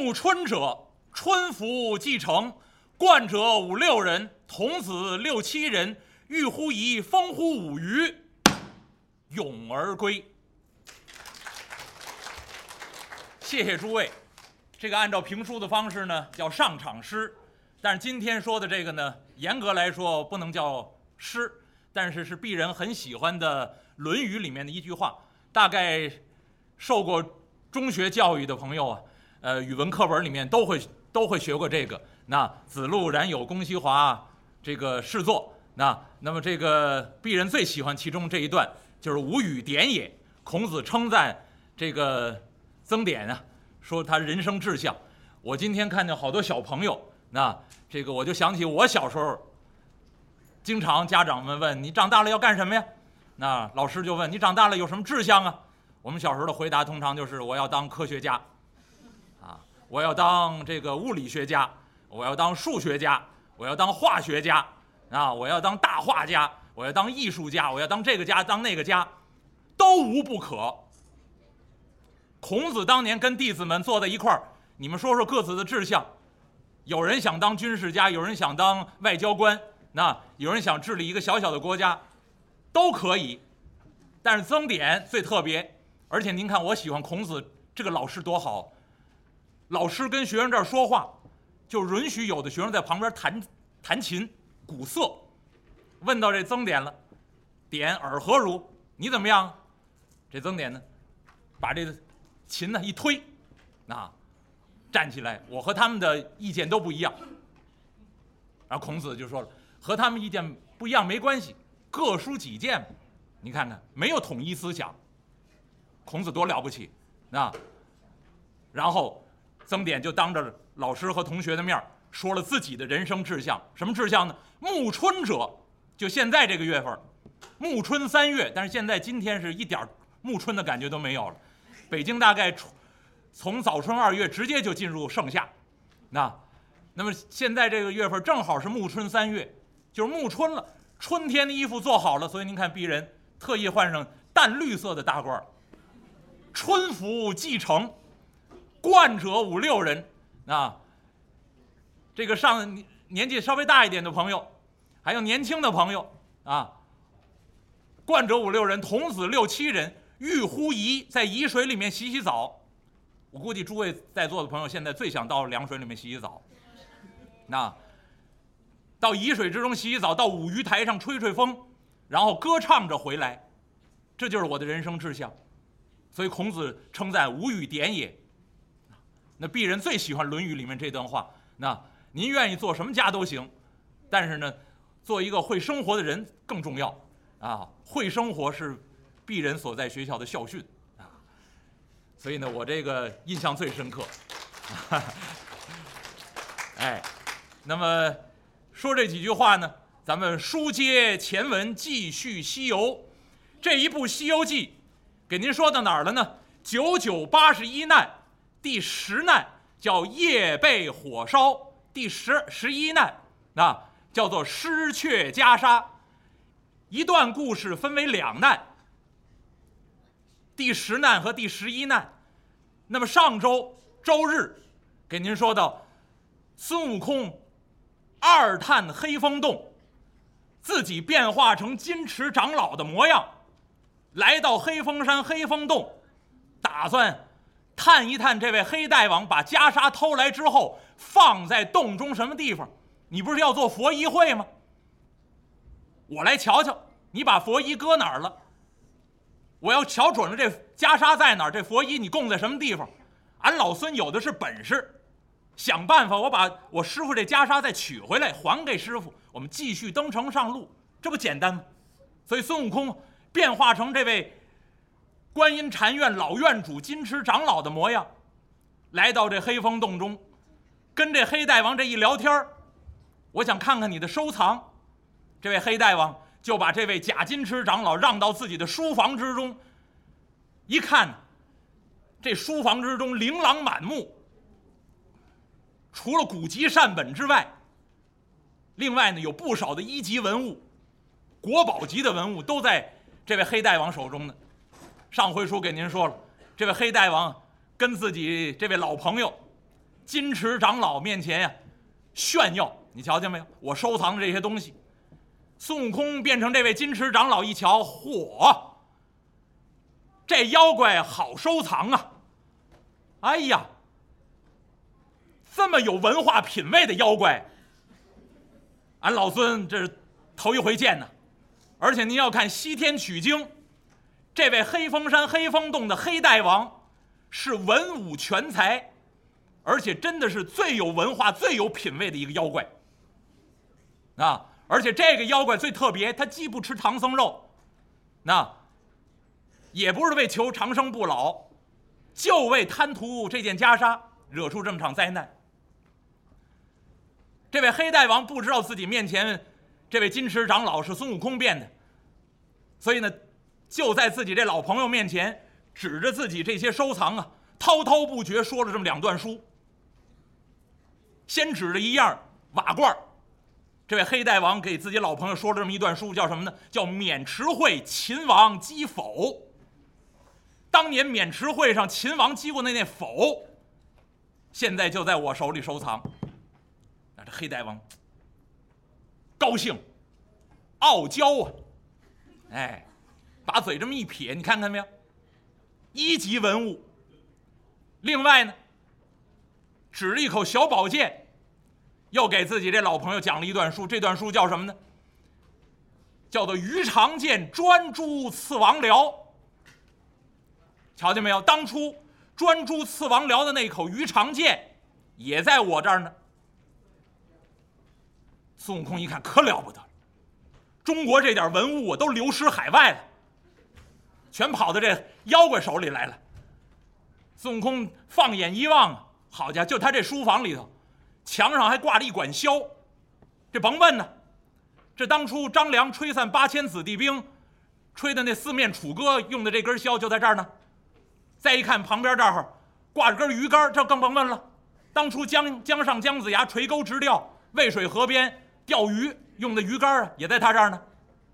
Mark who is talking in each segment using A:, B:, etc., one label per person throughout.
A: 暮春者，春服既成，冠者5、6人，童子6、7人，欲乎沂，风乎舞雩，咏而归。谢谢诸位。这个按照评书的方式呢，叫上场诗，但是今天说的这个呢，严格来说不能叫诗，但是是鄙人很喜欢的《论语》里面的一句话。大概受过中学教育的朋友啊，语文课本里面都会学过这个。那子路冉有公西华这个诗作，那么这个鄙人最喜欢其中这一段，就是无与典也。孔子称赞这个曾点啊，说他人生志向。我今天看见好多小朋友，那这个我就想起我小时候，经常家长们问你长大了要干什么呀？那老师就问你长大了有什么志向啊？我们小时候的回答通常就是我要当科学家，我要当这个物理学家，我要当数学家，我要当化学家，我要当大画家，我要当艺术家，我要当这个家当那个家，都无不可。孔子当年跟弟子们坐在一块儿，你们说说各自的志向。有人想当军事家，有人想当外交官，有人想治理一个小小的国家，都可以。但是曾点最特别，而且您看，我喜欢孔子这个老师多好。老师跟学生这儿说话，就允许有的学生在旁边弹琴鼓瑟。问到这曾点了，点尔何如？你怎么样？这曾点呢，把这个琴呢一推，站起来，我和他们的意见都不一样。然后孔子就说了，和他们意见不一样没关系，各抒己见。你看看，没有统一思想，孔子多了不起。然后曾点就当着老师和同学的面说了自己的人生志向。什么志向呢？暮春者，就现在这个月份，暮春3月，但是现在今天是一点暮春的感觉都没有了。北京大概从早春2月直接就进入盛夏，那么现在这个月份正好是暮春3月，就是暮春了，春天的衣服做好了，所以您看鄙人特意换上淡绿色的大褂，春服既成，冠者5、6人。这个上年纪稍微大一点的朋友，还有年轻的朋友冠者5、6人，童子6、7人，欲乎沂，在沂水里面洗澡。我估计诸位在座的朋友现在最想到凉水里面洗澡，到沂水之中洗澡，到舞雩台上吹风，然后歌唱着回来，这就是我的人生志向。所以孔子称赞无与典也。那鄙人最喜欢《论语》里面这段话。您愿意做什么家都行，但是呢，做一个会生活的人更重要会生活是鄙人所在学校的校训所以呢，我这个印象最深刻。那么说这几句话呢，咱们书接前文，继续西游。这一部《西游记》给您说到哪儿了呢？981难，第10难叫夜被火烧，第11难叫做失却袈裟。一段故事分为2难，第10难和第11难。那么上周周日给您说到孙悟空2探黑风洞，自己变化成金池长老的模样，来到黑风山黑风洞，打算探一探这位黑大王把袈裟偷来之后放在洞中什么地方。你不是要做佛衣会吗？我来瞧瞧你把佛衣搁哪儿了，我要瞧准了这袈裟在哪儿，这佛衣你供在什么地方。俺老孙有的是本事，想办法我把我师傅这袈裟再取回来还给师傅，我们继续登城上路，这不简单吗？所以孙悟空变化成这位观音禅院老院主金池长老的模样，来到这黑风洞中，跟这黑大王这一聊天，我想看看你的收藏。这位黑大王就把这位假金池长老让到自己的书房之中，一看这书房之中琳琅满目，除了古籍善本之外，另外呢有不少的1级文物，国宝级的文物都在这位黑大王手中呢。上回书给您说了，这位黑大王跟自己这位老朋友金池长老面前呀炫耀，你瞧见没有？我收藏的这些东西。孙悟空变成这位金池长老一瞧，嚯，这妖怪好收藏啊！哎呀，这么有文化品位的妖怪，俺老孙这是头一回见呢。而且您要看西天取经，这位黑风山黑风洞的黑大王是文武全才，而且真的是最有文化最有品位的一个妖怪啊！而且这个妖怪最特别，他既不吃唐僧肉，也不是为求长生不老，就为贪图这件袈裟，惹出这么场灾难。这位黑大王不知道自己面前这位金池长老是孙悟空变的，所以呢，就在自己这老朋友面前指着自己这些收藏啊，滔滔不绝说了这么2段书。先指着一样瓦罐，这位黑大王给自己老朋友说了这么一段书，叫什么呢？叫渑池会秦王击否。当年渑池会上秦王击过的那否，现在就在我手里收藏。那这黑大王高兴傲娇啊，哎，把嘴这么一撇，你看看没有，1级文物。另外呢，指了一口小宝剑，又给自己这老朋友讲了一段书。这段书叫什么呢？叫做于长剑专诸刺王僚。瞧见没有？当初专诸刺王僚的那口于长剑也在我这儿呢。孙悟空一看，可了不得了，中国这点文物都流失海外了，全跑到这妖怪手里来了。孙悟空放眼一望啊，好家伙，就他这书房里头，墙上还挂着一管箫。这甭问呢，这当初张良吹散8000子弟兵吹的那4面楚歌用的这根箫就在这儿呢。再一看旁边这儿挂着根鱼竿，这更甭问了，当初江上姜子牙垂钩直钓，渭水河边钓鱼用的鱼竿也在他这儿呢。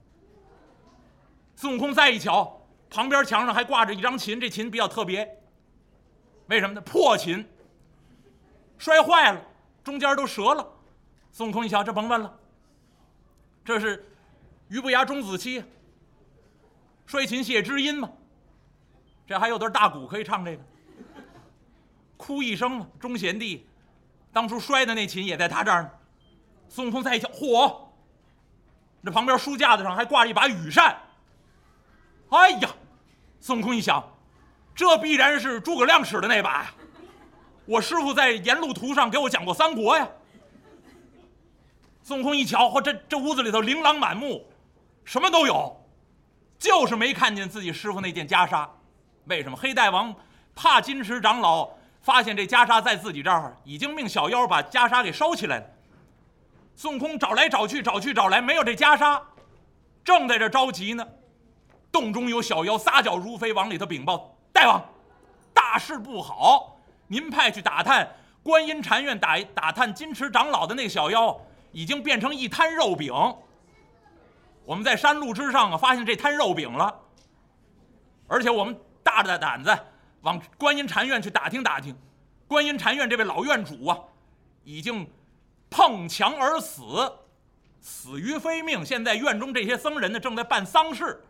A: 孙悟空再一瞧，旁边墙上还挂着一张琴，这琴比较特别，为什么呢？破琴，摔坏了，中间都折了。孙悟空一瞧，这甭问了，这是俞不牙钟子期摔琴谢知音嘛。这还有段大鼓可以唱这个，哭一声嘛，钟贤弟当初摔的那琴也在他这儿呢。孙悟空再一瞧，嚯，这旁边书架子上还挂着一把羽扇。哎呀，孙悟空一想，这必然是诸葛亮使的那把呀，我师傅在沿路途上给我讲过三国呀。孙悟空一瞧，嚯，这屋子里头琳琅满目，什么都有，就是没看见自己师傅那件袈裟。为什么？黑大王怕金池长老发现这袈裟在自己这儿，已经命小妖把袈裟给收起来了。孙悟空找来找去，找去找来，没有这袈裟，正在这着急呢。洞中有小妖撒脚如飞，往里头禀报：大王，大事不好！您派去打探观音禅院打探金池长老的那个小妖，已经变成一摊肉饼。我们在山路之上啊，发现这摊肉饼了，而且我们大着胆子往观音禅院去打听打听，观音禅院这位老院主啊，已经碰墙而死，死于非命。现在院中这些僧人呢，正在办丧事。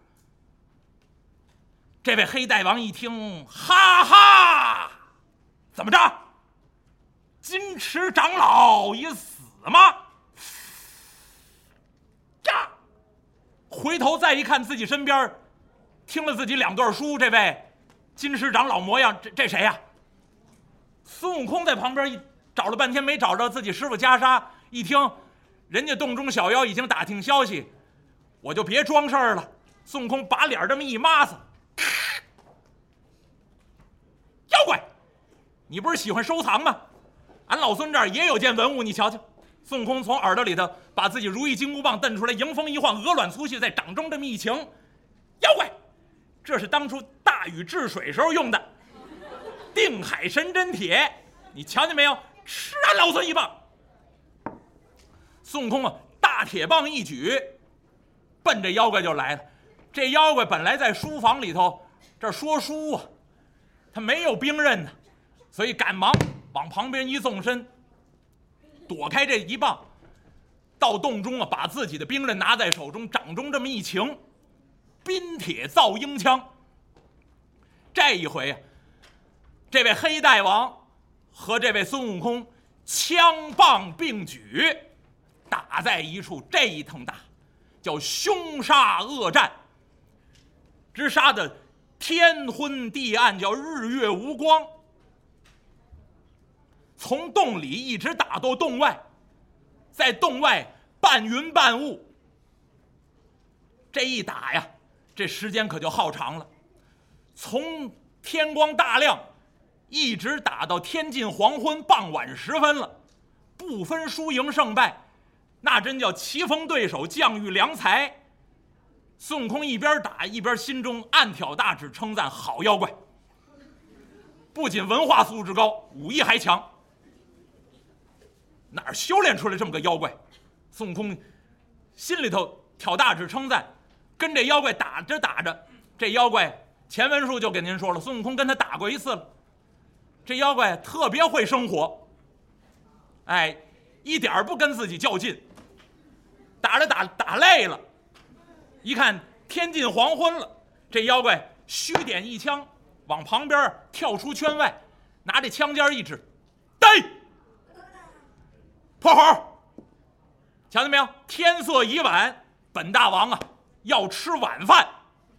A: 这位黑大王一听，哈哈，怎么着？金池长老已死吗？呀！回头再一看自己身边，听了自己2段书，这位金池长老模样，这谁呀？孙悟空在旁边找了半天没找着自己师傅袈裟，一听人家洞中小妖已经打听消息，我就别装事儿了。孙悟空把脸这么一抹子，妖怪，你不是喜欢收藏吗？俺老孙这儿也有件文物，你瞧瞧。孙悟空从耳朵里头把自己如意金箍棒瞪出来，迎风一晃，鹅卵粗细在掌中这么一擎，妖怪，这是当初大禹治水时候用的定海神针铁，你瞧见没有？吃俺老孙一棒！孙悟空啊，大铁棒一举，奔这妖怪就来了。这妖怪本来在书房里头这说书啊，他没有兵刃呢，所以赶忙往旁边一纵身，躲开这一棒，到洞中把自己的兵刃拿在手中，掌中这么一擎，冰铁造鹰枪。这一回这位黑大王和这位孙悟空枪棒并举，打在一处，这一通打叫凶杀恶战，直杀的天昏地暗，叫日月无光。从洞里一直打到洞外，在洞外半云半雾，这一打呀，这时间可就耗长了，从天光大亮一直打到天近黄昏，傍晚时分了，不分输赢胜败，那真叫棋逢对手，将遇良才。孙悟空一边打一边心中暗挑大指，称赞好妖怪，不仅文化素质高，武艺还强。哪儿修炼出来这么个妖怪？孙悟空心里头挑大指称赞，跟这妖怪打着打着，这妖怪前文书就跟您说了，孙悟空跟他打过一次了。这妖怪特别会生活，一点不跟自己较劲。打着打累了，一看天近黄昏了，这妖怪虚点一枪，往旁边跳出圈外，拿这枪尖一指，逮！破猴，瞧见没有？天色已晚，本大王要吃晚饭。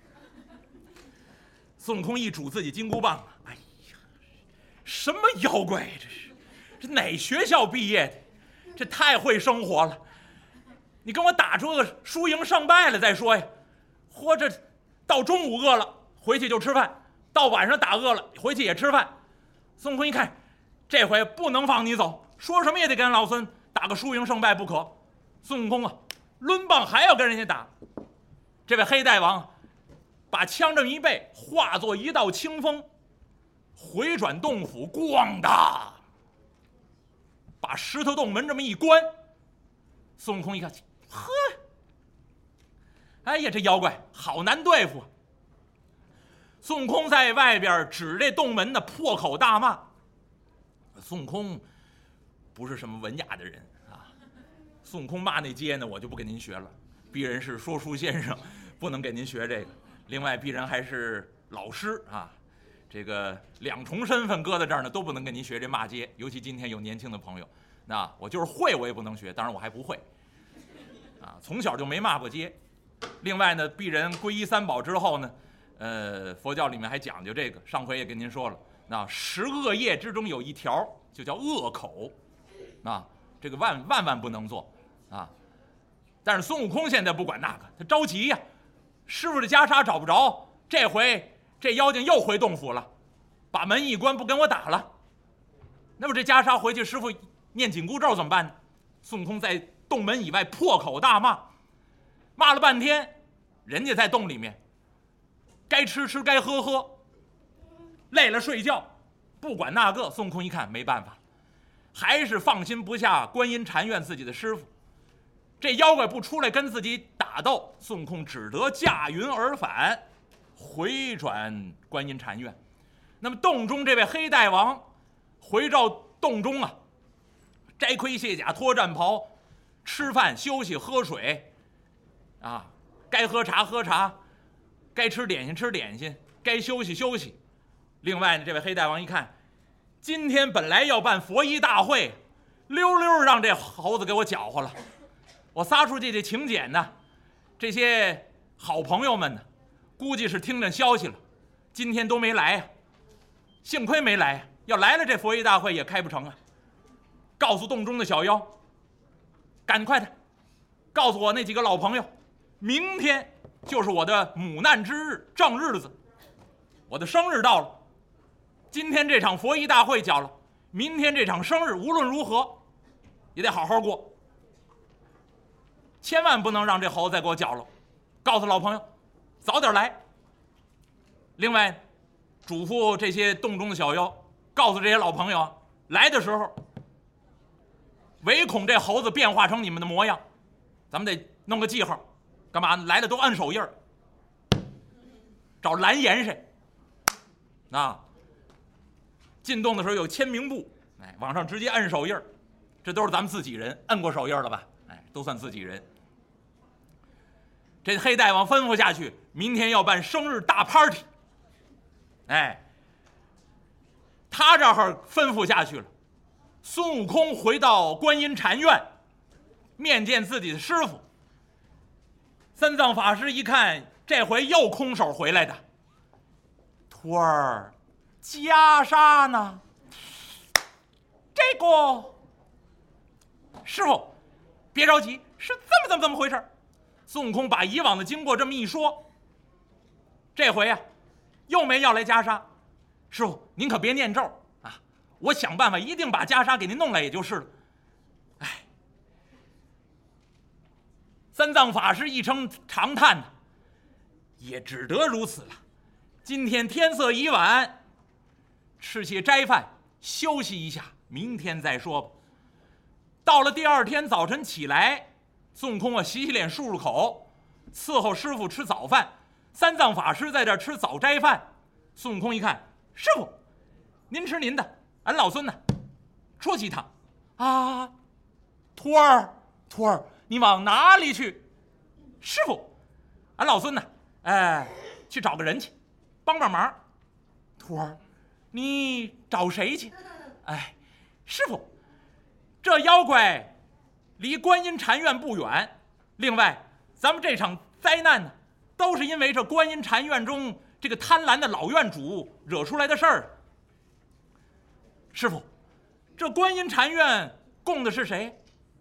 A: 孙悟空一拄自己金箍棒，哎呀，什么妖怪呀？这哪学校毕业的？这太会生活了！你跟我打出个输赢胜败了再说呀。或者到中午饿了回去就吃饭，到晚上打饿了回去也吃饭。孙悟空一看，这回不能放你走，说什么也得跟老孙打个输赢胜败不可。孙悟空抡棒还要跟人家打。这位黑大王把枪这么一背，化作一道清风，回转洞府，咣当，把石头洞门这么一关。孙悟空一看，呵，哎呀，这妖怪好难对付。孙悟空在外边指这洞门的破口大骂。孙悟空不是什么文雅的人孙悟空骂那街呢，我就不跟您学了。鄙人是说书先生，不能给您学这个。另外，鄙人还是老师这个两重身份搁在这儿呢，都不能跟您学这骂街。尤其今天有年轻的朋友，那我就是会，我也不能学。当然，我还不会从小就没骂过街。另外呢，鄙人皈依三宝之后呢，佛教里面还讲究这个，上回也跟您说了，那10恶业之中有一条就叫恶口，这个万不能做但是孙悟空现在不管那个，他着急呀，师傅的袈裟找不着，这回这妖精又回洞府了，把门一关不跟我打了，那么这袈裟回去师傅念紧箍咒怎么办呢？孙悟空在洞门以外破口大骂，骂了半天，人家在洞里面该吃吃该喝喝，累了睡觉，不管那个。孙悟空一看没办法，还是放心不下观音禅院自己的师傅，这妖怪不出来跟自己打斗，孙悟空只得驾云而返，回转观音禅院。那么洞中这位黑大王回到洞中摘盔卸甲，脱战袍，吃饭休息喝水该喝茶喝茶，该吃点心吃点心，该休息休息。另外呢，这位黑大王一看，今天本来要办佛衣大会，溜溜让这猴子给我搅和了。我撒出去这请柬呢，这些好朋友们呢，估计是听着消息了，今天都没来幸亏没来要来了这佛衣大会也开不成告诉洞中的小妖，赶快的告诉我那几个老朋友，明天就是我的母难之日，正日子，我的生日到了。今天这场佛衣大会缴了，明天这场生日无论如何也得好好过，千万不能让这猴子再给我搅了。告诉老朋友早点来。另外嘱咐这些洞中的小妖，告诉这些老朋友来的时候唯恐这猴子变化成你们的模样，咱们得弄个记号，干嘛来的都按手印儿，找蓝颜色进洞的时候有签名簿， 哎，往上直接摁手印儿，这都是咱们自己人，摁过手印了吧？哎，都算自己人。这黑大王吩咐下去，明天要办生日大 party。哎，他这儿吩咐下去了。孙悟空回到观音禅院，面见自己的师傅。三藏法师一看，这回又空手回来的。徒儿，袈裟呢？这个，师傅，别着急，是这么回事。孙悟空把以往的经过这么一说，这回啊，又没要来袈裟。师傅，您可别念咒啊，我想办法一定把袈裟给您弄来也就是了。哎，三藏法师一声长叹呢，也只得如此了。今天天色已晚，吃些斋饭，休息一下，明天再说吧。到了第二天早晨起来，孙悟空啊洗脸漱口，伺候师傅吃早饭。三藏法师在这吃早斋饭。孙悟空一看，师傅，您吃您的，俺老孙呢，出去一趟。啊，徒儿，你往哪里去？师傅，俺老孙呢，去找个人去，帮忙。徒儿，你找谁去？哎，师傅，这妖怪离观音禅院不远。另外，咱们这场灾难呢，都是因为这观音禅院中这个贪婪的老院主惹出来的事儿。师傅，这观音禅院供的是谁？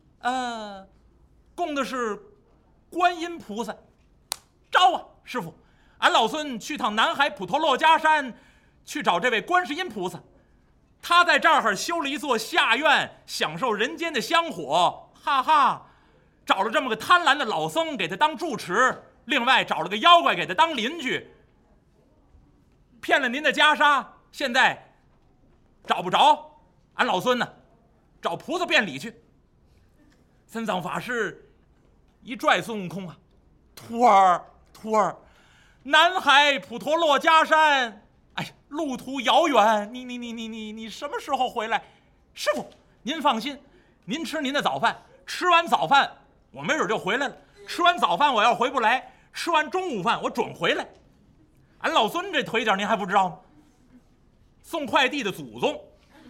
A: 供的是观音菩萨。招啊，师傅，俺老孙去趟南海普陀珞珈山，去找这位观世音菩萨。他在这儿修了一座下院，享受人间的香火，哈哈，找了这么个贪婪的老僧给他当住持，另外找了个妖怪给他当邻居，骗了您的袈裟，现在找不着，俺老孙呢，找菩萨辩理去。三藏法师一拽孙悟空啊，徒儿，南海普陀珞珈山，哎，路途遥远，你什么时候回来？师傅，您放心，您吃您的早饭，吃完早饭我没准就回来了。吃完早饭我要回不来，吃完中午饭我准回来。俺老孙这腿脚您还不知道吗？送快递的祖宗。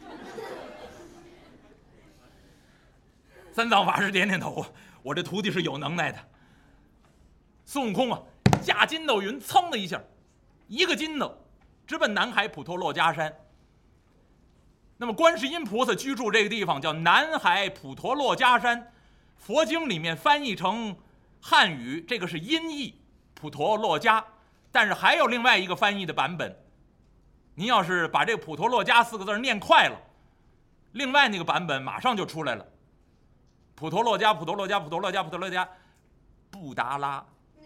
A: 三藏法师点点头啊，我这徒弟是有能耐的。孙悟空啊，驾筋斗云，噌的一下，一个筋斗直奔南海普陀珞珈山。那么观世音菩萨居住这个地方叫南海普陀珞珈山，佛经里面翻译成汉语，这个是音译普陀珞珈，但是还有另外一个翻译的版本。您要是把这个普陀珞珈四个字念快了，另外那个版本马上就出来了。普陀珞珈，普陀珞珈，普陀珞珈，普陀珞珈，布达拉。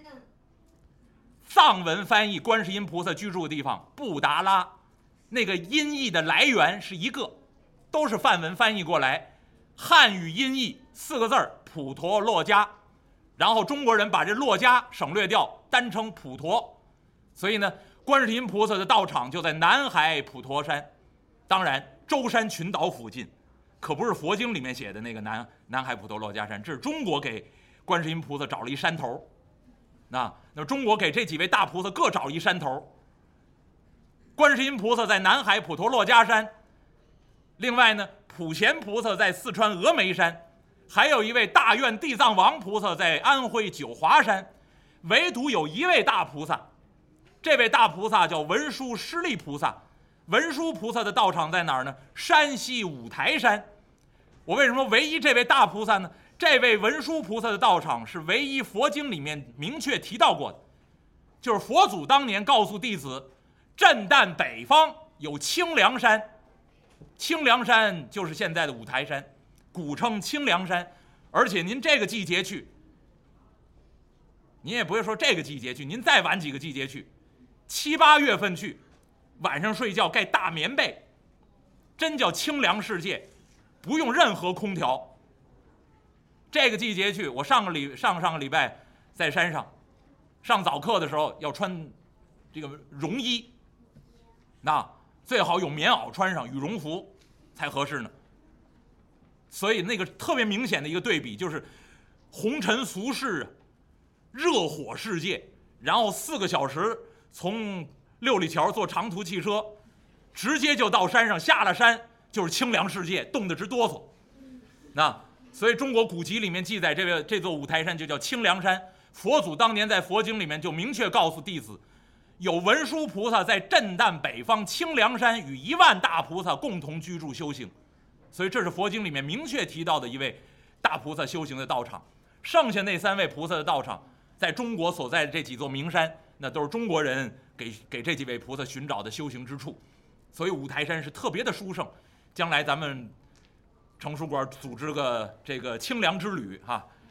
A: 藏文翻译观世音菩萨居住的地方布达拉，那个音译的来源是一个，都是梵文翻译过来，汉语音译四个字普陀珞珈，然后中国人把这珞珈省略掉，单称普陀。所以呢，观世音菩萨的道场就在南海普陀山，当然舟山群岛附近，可不是佛经里面写的那个南海普陀珞珈山，这是中国给观世音菩萨找了一山头。那中国给这几位大菩萨各找一山头。观世音菩萨在南海普陀珞珈山，另外呢，普贤菩萨在四川峨眉山，还有一位大愿地藏王菩萨在安徽九华山，唯独有一位大菩萨，这位大菩萨叫文殊师利菩萨。文殊菩萨的道场在哪儿呢？山西五台山。我为什么唯一这位大菩萨呢？这位文殊菩萨的道场是唯一佛经里面明确提到过的，就是佛祖当年告诉弟子，震旦北方有清凉山，清凉山就是现在的五台山，古称清凉山。而且您这个季节去，您也不会说这个季节去，您再晚几个季节去，7、8月份去，晚上睡觉盖大棉被，真叫清凉世界，不用任何空调。这个季节去，我上个礼拜在山上上早课的时候要穿这个绒衣，那最好有棉袄穿上，羽绒服才合适呢。 所以那个特别明显的一个对比就是红尘俗世，热火世界，然后4个小时从六里桥坐长途汽车，直接就到山上，下了山就是清凉世界，冻得直哆嗦。那所以中国古籍里面记载，这座五台山就叫清凉山。佛祖当年在佛经里面就明确告诉弟子，有文殊菩萨在震旦北方清凉山与1万大菩萨共同居住修行，所以这是佛经里面明确提到的一位大菩萨修行的道场。剩下那3位菩萨的道场，在中国所在的这几座名山，那都是中国人给这几位菩萨寻找的修行之处。所以五台山是特别的殊胜。将来咱们成书馆组织个这个清凉之旅哈，